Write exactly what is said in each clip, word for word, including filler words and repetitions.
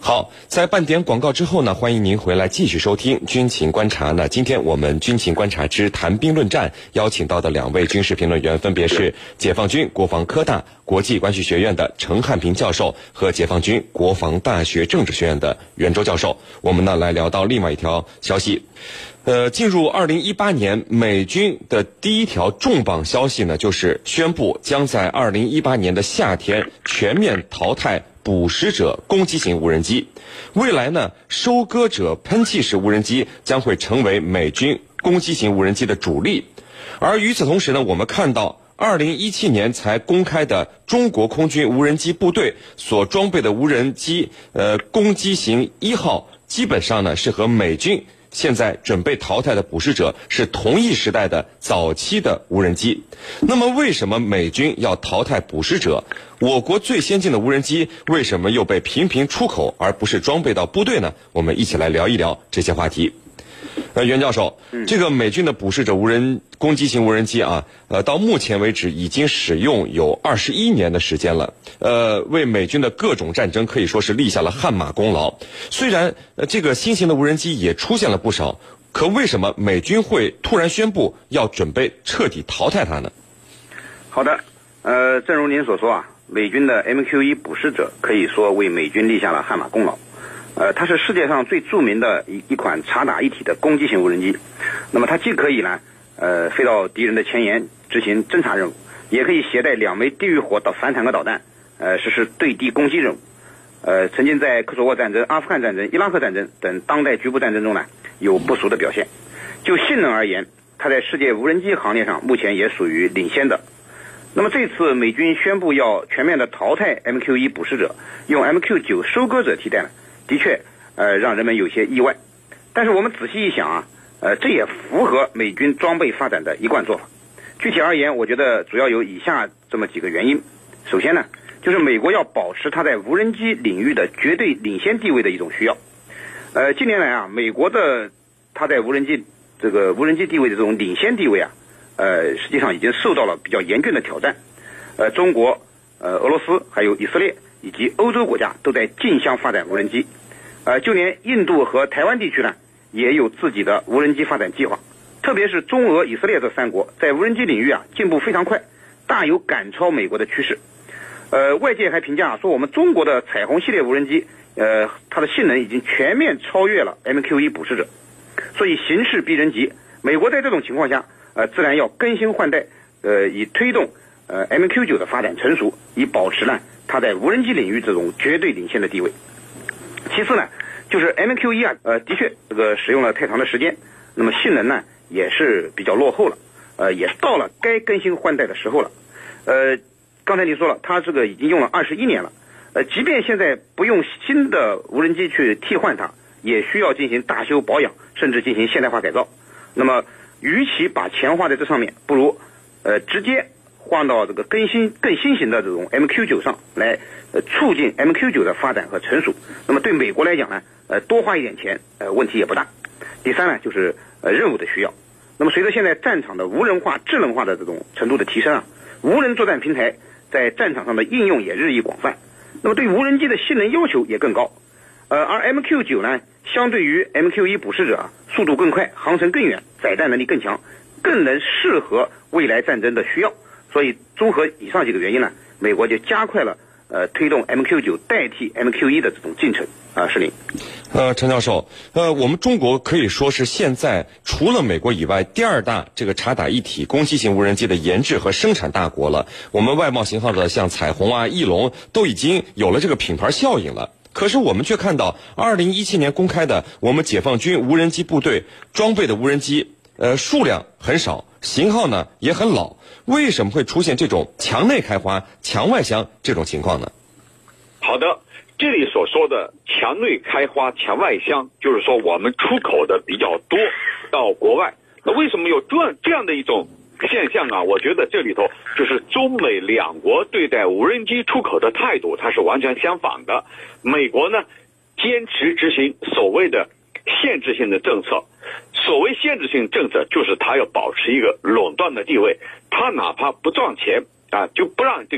好，在半点广告之后呢，欢迎您回来继续收听军情观察。那今天我们军情观察之谈兵论战邀请到的两位军事评论员分别是解放军国防科大国际关系学院的陈汉平教授和解放军国防大学政治学院的袁周教授。我们呢来聊到另外一条消息。呃，进入二零一八年，美军的第一条重磅消息呢，就是宣布将在二零一八年的夏天全面淘汰捕食者攻击型无人机。未来呢，收割者喷气式无人机将会成为美军攻击型无人机的主力。而与此同时呢，我们看到二零一七年才公开的中国空军无人机部队所装备的无人机呃攻击型一号，基本上呢是和美军现在准备淘汰的捕食者是同一时代的早期的无人机。那么为什么美军要淘汰捕食者？我国最先进的无人机为什么又被频频出口而不是装备到部队呢？我们一起来聊一聊这些话题。呃，袁教授，这个美军的捕食者无人攻击型无人机啊，呃，到目前为止已经使用有二十一年的时间了，呃，为美军的各种战争可以说是立下了汗马功劳。虽然呃这个新型的无人机也出现了不少，可为什么美军会突然宣布要准备彻底淘汰它呢？ 好的，呃，正如您所说啊，美军的 M Q 一 捕食者可以说为美军立下了汗马功劳。呃，它是世界上最著名的一一款察打一体的攻击型无人机。那么它既可以呢，呃，飞到敌人的前沿执行侦察任务，也可以携带两枚地狱火导反坦克导弹，呃，实施对地攻击任务。呃，曾经在科索沃战争、阿富汗战争、伊拉克战争等当代局部战争中呢，有不俗的表现。就性能而言，它在世界无人机行列上目前也属于领先的。那么这次美军宣布要全面的淘汰 M Q 一 捕食者，用 M Q 九 收割者替代呢，的确，呃，让人们有些意外。但是我们仔细一想啊，呃，这也符合美军装备发展的一贯做法。具体而言，我觉得主要有以下这么几个原因。首先呢，就是美国要保持它在无人机领域的绝对领先地位的一种需要。呃，近年来啊，美国的它在无人机这个无人机地位的这种领先地位啊，呃，实际上已经受到了比较严峻的挑战。呃，中国、呃，俄罗斯还有以色列以及欧洲国家都在竞相发展无人机。呃，就连印度和台湾地区呢，也有自己的无人机发展计划。特别是中俄以色列这三国在无人机领域啊进步非常快，大有赶超美国的趋势。呃，外界还评价说，我们中国的彩虹系列无人机，呃，它的性能已经全面超越了 M Q 一 捕食者。所以形势逼人急，美国在这种情况下，呃，自然要更新换代，呃，以推动呃 M Q 九 的发展成熟，以保持呢它在无人机领域这种绝对领先的地位。其次呢，就是 M Q 一 啊，呃，的确这个使用了太长的时间，那么性能呢也是比较落后了，呃，也是到了该更新换代的时候了。呃，刚才你说了，它这个已经用了二十一年了，呃，即便现在不用新的无人机去替换它，也需要进行大修保养，甚至进行现代化改造。那么，与其把钱花在这上面，不如呃直接换到这个更新更新型的这种 M Q 九 上来，呃，促进 M Q 九 的发展和成熟。那么对美国来讲呢，呃，多花一点钱，呃，问题也不大。第三呢，就是呃任务的需要。那么随着现在战场的无人化、智能化的这种程度的提升啊，无人作战平台在战场上的应用也日益广泛。那么对无人机的性能要求也更高。呃，而 M Q 九 呢，相对于 M Q 一 捕食者啊，速度更快，航程更远，载弹能力更强，更能适合未来战争的需要。所以综合以上几个原因呢，美国就加快了呃推动 M Q 九 代替 M Q 一 的这种进程啊。是您。 呃，陈教授，呃，我们中国可以说是现在除了美国以外第二大这个察打一体攻击型无人机的研制和生产大国了。我们外贸型号的像彩虹啊、翼龙都已经有了这个品牌效应了。可是我们却看到二零一七年公开的我们解放军无人机部队装备的无人机，呃，数量很少，型号呢也很老。为什么会出现这种墙内开花、墙外香这种情况呢？ 好的，这里所说的墙内开花、墙外香，就是说我们出口的比较多到国外。那为什么有这样这样的一种现象啊？我觉得这里头就是中美两国对待无人机出口的态度，它是完全相反的。美国呢，坚持执行所谓的限制性的政策。所谓限制性政策，就是它要保持一个垄断的地位，它哪怕不赚钱啊，就不让这个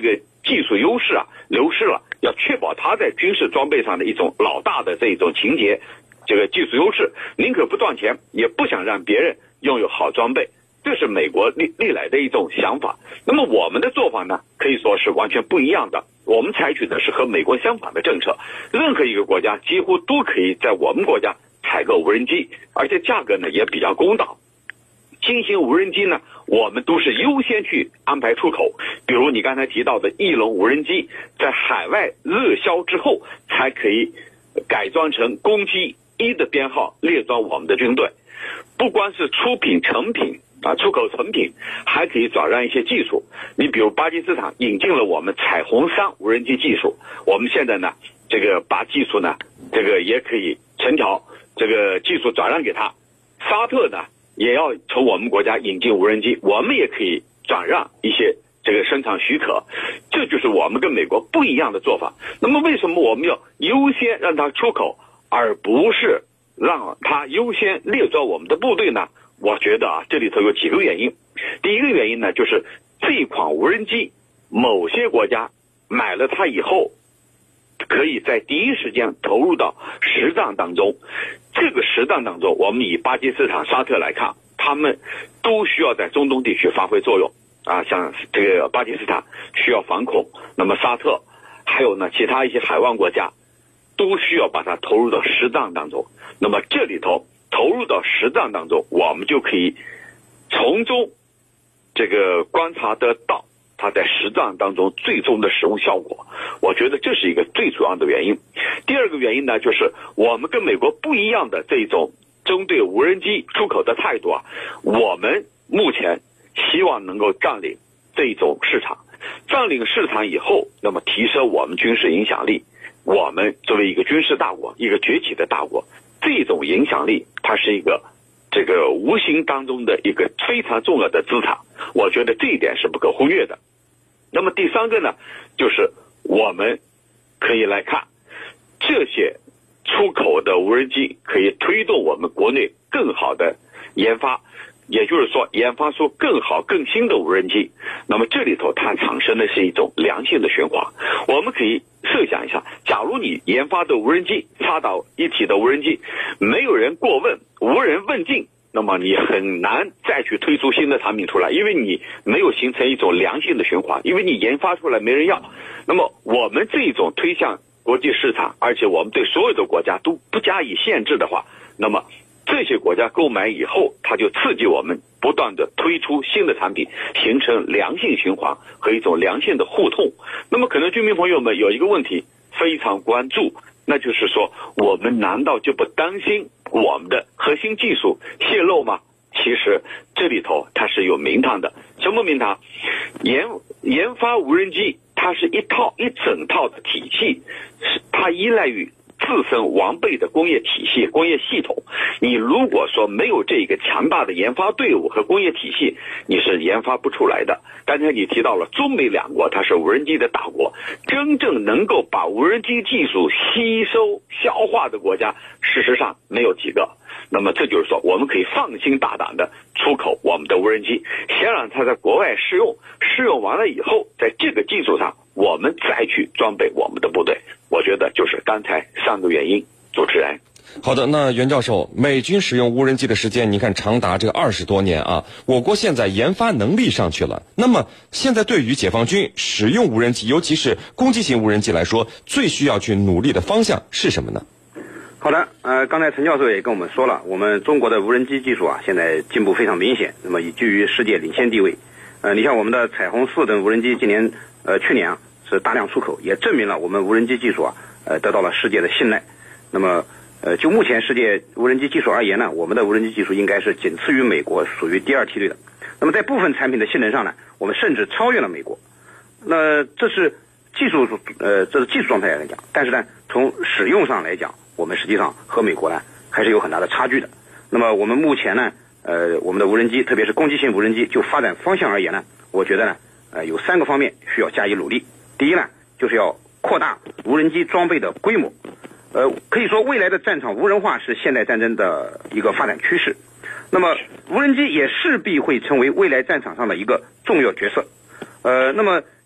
技术优势啊流失了，要确保它在军事装备上的一种老大的这种情节，这个技术优势，宁可不赚钱，也不想让别人拥有好装备。这是美国历历来的一种想法。那么我们的做法呢，可以说是完全不一样的。我们采取的是和美国相反的政策，任何一个国家几乎都可以在我们国家采购无人机，而且价格呢也比较公道。新型无人机呢，我们都是优先去安排出口，比如你刚才提到的翼龙无人机，在海外热销之后，才可以改装成攻击一的编号列装我们的军队。不光是出品成品啊，出口成品，还可以转让一些技术。你比如巴基斯坦引进了我们彩虹三无人机技术，我们现在呢，这个把技术呢，这个也可以成条这个技术转让给他。沙特呢，也要从我们国家引进无人机，我们也可以转让一些这个生产许可。这就是我们跟美国不一样的做法。那么为什么我们要优先让它出口，而不是让它优先列装我们的部队呢？我觉得啊，这里头有几个原因。第一个原因呢，就是这款无人机，某些国家买了它以后，可以在第一时间投入到实战当中。这个实战当中，我们以巴基斯坦、沙特来看，他们都需要在中东地区发挥作用啊。像这个巴基斯坦需要反恐，那么沙特还有呢其他一些海湾国家，都需要把它投入到实战当中。那么这里头投入到实战当中，我们就可以从中这个观察得到它在实战当中最终的使用效果。我觉得这是一个最主要的原因。第二个原因呢，就是我们跟美国不一样的这种针对无人机出口的态度啊，我们目前希望能够占领这种市场，占领市场以后，那么提升我们军事影响力。我们作为一个军事大国，一个崛起的大国，这种影响力它是一个这个无形当中的一个非常重要的资产，我觉得这一点是不可忽略的。那么第三个呢，就是我们可以来看这些出口的无人机可以推动我们国内更好的研发，也就是说研发出更好更新的无人机。那么这里头它产生的是一种良性的循环。我们可以设想一下，假如你研发的无人机插到一体的无人机没有人过问，无人问津，那么你很难再去推出新的产品出来，因为你没有形成一种良性的循环，因为你研发出来没人要。那么我们这种推向国际市场，而且我们对所有的国家都不加以限制的话，那么这些国家购买以后，它就刺激我们不断的推出新的产品，形成良性循环和一种良性的互通。那么可能居民朋友们有一个问题非常关注，那就是说我们难道就不担心我们的核心技术泄露吗？其实这里头它是有名堂的。什么名堂？研研发无人机它是一套一整套的体系，它依赖于自身完备的工业体系、工业系统。你如果说没有这个强大的研发队伍和工业体系，你是研发不出来的。刚才你提到了中美两国，它是无人机的大国，真正能够把无人机技术吸收消化的国家，事实上没有几个。那么这就是说，我们可以放心大胆的出口我们的无人机，先让它在国外试用，试用完了以后，在这个基础上，我们再去装备我们的部队。我觉得就是刚才三个原因。主持人， 好的，那袁教授，美军使用无人机的时间，你看长达这个二十多年啊，我国现在研发能力上去了。那么现在对于解放军使用无人机，尤其是攻击型无人机来说，最需要去努力的方向是什么呢？ 好的，呃，刚才陈教授也跟我们说了，我们中国的无人机技术啊，现在进步非常明显，那么已居于世界领先地位。呃，你像我们的彩虹四等无人机，今年呃去年啊是大量出口，也证明了我们无人机技术啊呃得到了世界的信赖。那么呃就目前世界无人机技术而言呢，我们的无人机技术应该是仅次于美国，属于第二梯队的。那么在部分产品的性能上呢，我们甚至超越了美国。那这是技术呃这是技术状态来讲，但是呢从使用上来讲，我们实际上和美国呢还是有很大的差距的。那么我们目前呢呃我们的无人机，特别是攻击性无人机，就发展方向而言呢，我觉得呢呃有三个方面需要加以努力。第一呢，就是要扩大无人机装备的规模。呃，可以说未来的战场无人化是现代战争的一个发展趋势。那么无人机也势必会成为未来战场上的一个重要角色。呃，那么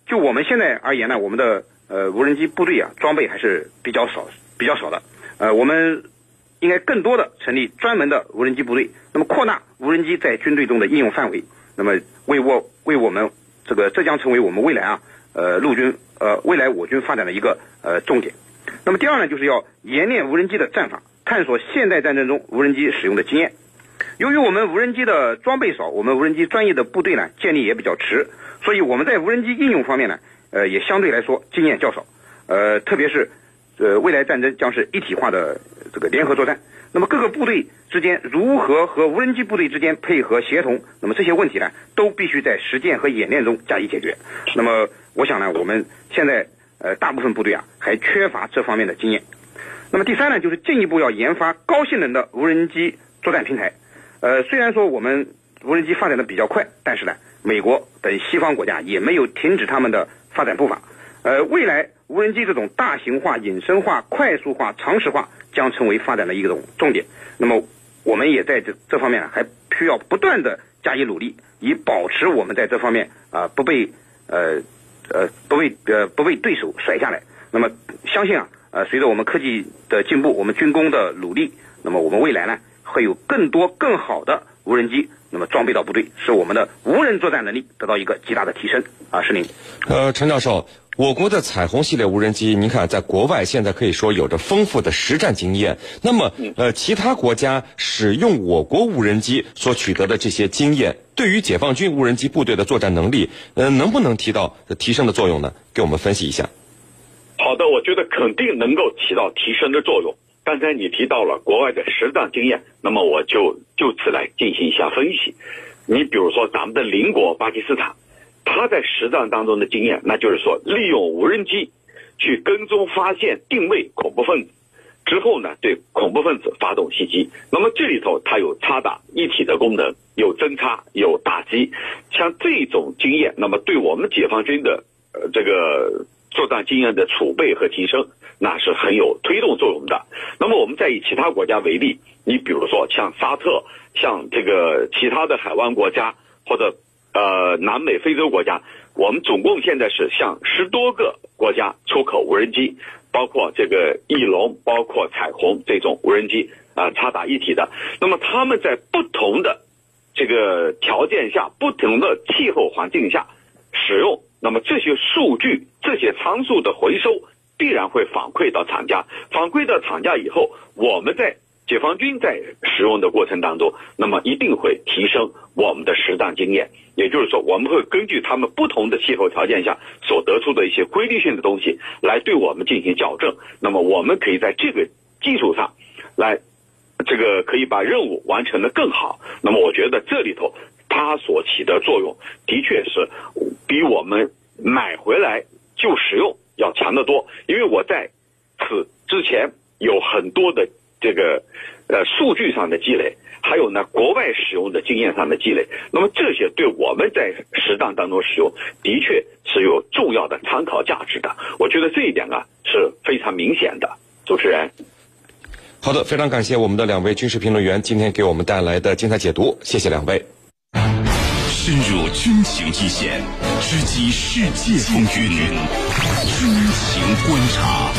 就我们现在而言呢，我们的呃无人机部队啊装备还是比较少比较少的，呃我们应该更多的成立专门的无人机部队，那么扩大无人机在军队中的应用范围，那么为我为我们这个这将成为我们未来啊呃陆军呃未来我军发展的一个呃重点。那么第二呢，就是要研练无人机的战法，探索现代战争中无人机使用的经验。由于我们无人机的装备少，我们无人机专业的部队呢建立也比较迟，所以我们在无人机应用方面呢，呃也相对来说经验较少。呃，特别是呃未来战争将是一体化的这个联合作战，那么各个部队之间如何和无人机部队之间配合协同，那么这些问题呢，都必须在实践和演练中加以解决。那么我想呢，我们现在呃大部分部队啊还缺乏这方面的经验。那么第三呢，就是进一步要研发高性能的无人机作战平台。呃，虽然说我们无人机发展的比较快，但是呢，美国等西方国家也没有停止他们的发展步伐。呃，未来无人机这种大型化、隐身化、快速化、常识化将成为发展的一种重点。那么我们也在这这方面还需要不断的加以努力，以保持我们在这方面啊、呃、不被呃呃不被呃不被对手甩下来。那么相信啊呃随着我们科技的进步，我们军工的努力，那么我们未来呢会有更多更好的无人机，那么装备到部队，使我们的无人作战能力得到一个极大的提升啊。是您。 呃，陈教授，我国的彩虹系列无人机，您看在国外现在可以说有着丰富的实战经验。那么，呃，其他国家使用我国无人机所取得的这些经验，对于解放军无人机部队的作战能力，呃，能不能提到提升的作用呢？给我们分析一下。 好的，我觉得肯定能够起到提升的作用。刚才你提到了国外的实战经验，那么我就就此来进行一下分析。你比如说咱们的邻国巴基斯坦，他在实战当中的经验，那就是说利用无人机去跟踪发现定位恐怖分子之后呢，对恐怖分子发动袭击。那么这里头它有插打一体的功能，有侦察，有打击，像这种经验，那么对我们解放军的呃这个作战经验的储备和提升，那是很有推动作用的。那么我们再以其他国家为例，你比如说像沙特，像这个其他的海湾国家，或者呃南美非洲国家，我们总共现在是向十多个国家出口无人机，包括这个翼龙，包括彩虹这种无人机啊、呃、插打一体的。那么他们在不同的这个条件下，不同的气候环境下使用，那么这些数据，这些参数的回收必然会反馈到厂家，反馈到厂家以后，我们在解放军在使用的过程当中，那么一定会提升我们的实战经验。也就是说，我们会根据他们不同的气候条件下所得出的一些规律性的东西来对我们进行校正。那么我们可以在这个基础上来这个可以把任务完成得更好。那么我觉得这里头它所起的作用的确是比我们买回来就使用要强得多。因为我在此之前有很多的这个呃数据上的积累，还有呢国外使用的经验上的积累，那么这些对我们在实战当中使用的确是有重要的参考价值的。我觉得这一点啊是非常明显的。主持人， 好的，非常感谢我们的两位军事评论员今天给我们带来的精彩解读，谢谢两位。 深入军情一线，直击世界风云，军情观察。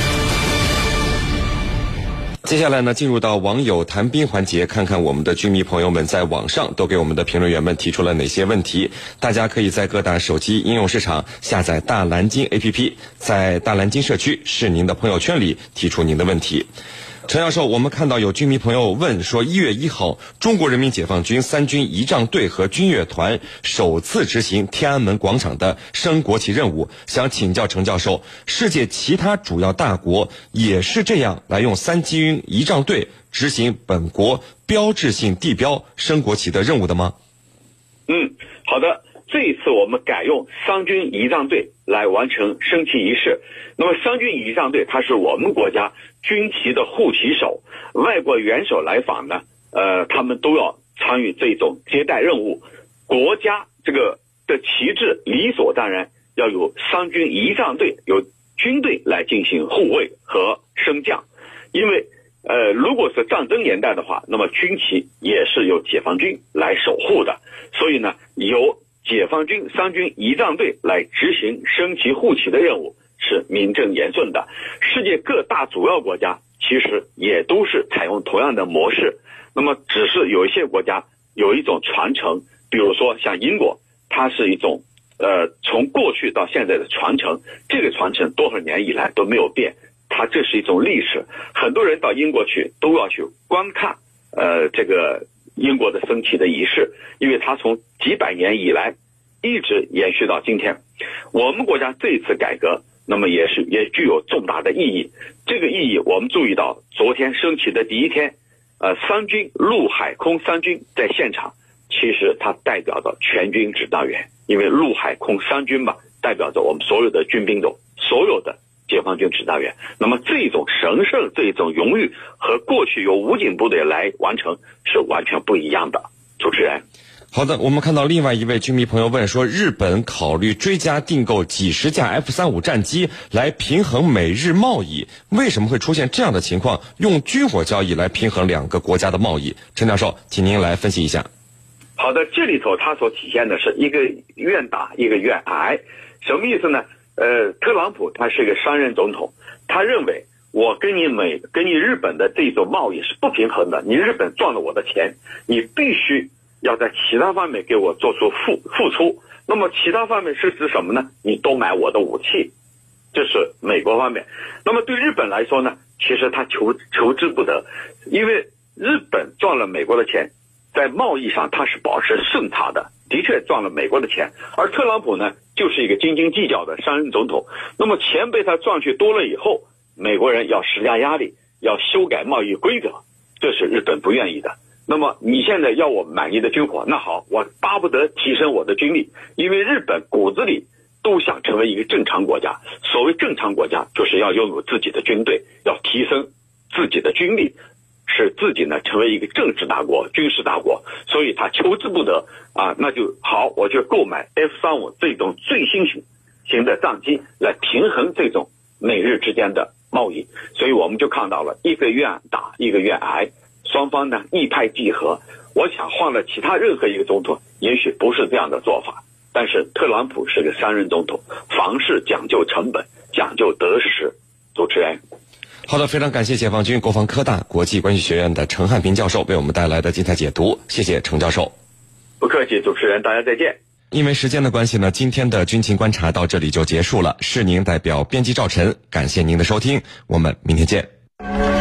接下来呢，进入到网友谈兵环节，看看我们的军迷朋友们在网上都给我们的评论员们提出了哪些问题。大家可以在各大手机应用市场下载大蓝鲸 A P P， 在大蓝鲸社区是您的朋友圈里提出您的问题。陈教授，我们看到有军迷朋友问说，一月一号，中国人民解放军三军仪仗队和军乐团首次执行天安门广场的升国旗任务，想请教陈教授，世界其他主要大国也是这样来用三军仪仗队执行本国标志性地标升国旗的任务的吗？ 嗯，好的。这一次我们改用三军仪仗队来完成升旗仪式。那么三军仪仗队它是我们国家军旗的护旗手，外国元首来访呢，呃，他们都要参与这种接待任务。国家这个的旗帜理所当然要有三军仪仗队，有军队来进行护卫和升降。因为呃，如果是战争年代的话，那么军旗也是由解放军来守护的，所以呢，由解放军三军仪仗队来执行升旗护旗的任务是名正言顺的。世界各大主要国家其实也都是采用同样的模式，那么只是有一些国家有一种传承，比如说像英国，它是一种呃从过去到现在的传承，这个传承多少年以来都没有变，它这是一种历史，很多人到英国去都要去观看呃这个英国的升旗的仪式，因为它从几百年以来一直延续到今天。我们国家这一次改革，那么也是也具有重大的意义。这个意义我们注意到，昨天升旗的第一天，呃，三军陆海空三军在现场，其实它代表着全军指导员，因为陆海空三军嘛，代表着我们所有的军兵种，所有的解放军指导员。那么这种神圣，这种荣誉和过去由武警部队来完成是完全不一样的。主持人。 好的，我们看到另外一位军迷朋友问说，日本考虑追加订购几十架 F 三十五 战机来平衡美日贸易，为什么会出现这样的情况？用军火交易来平衡两个国家的贸易？陈教授，请您来分析一下。 好的，这里头它所体现的是一个愿打一个愿挨，什么意思呢？呃，特朗普他是一个商人总统，他认为我跟你美跟你日本的这种贸易是不平衡的，你日本赚了我的钱，你必须要在其他方面给我做出付付出。那么其他方面是指什么呢？你都买我的武器，这是美国方面。那么对日本来说呢，其实他求求之不得，因为日本赚了美国的钱，在贸易上他是保持顺差的，的确赚了美国的钱。而特朗普呢，就是一个斤斤计较的商人总统。那么钱被他赚去多了以后，美国人要施加压力，要修改贸易规则，这是日本不愿意的。那么你现在要我买你的军火，那好，我巴不得提升我的军力，因为日本骨子里都想成为一个正常国家。所谓正常国家，就是要拥有自己的军队，要提升自己的军力，使自己呢成为一个政治大国、军事大国。所以他求之不得啊，那就好，我就购买 F 三十五 这种最新型型的战机来平衡这种美日之间的贸易。所以我们就看到了一个愿打一个愿挨，双方呢一拍即合。我想换了其他任何一个总统，也许不是这样的做法，但是特朗普是个商人总统，凡事讲究成本，讲究得失。主持人。 好的，非常感谢解放军国防科大国际关系学院的陈汉平教授为我们带来的精彩解读，谢谢陈教授。 不客气，主持人，大家再见。 因为时间的关系呢，今天的军情观察到这里就结束了。是您代表编辑赵晨，感谢您的收听，我们明天见。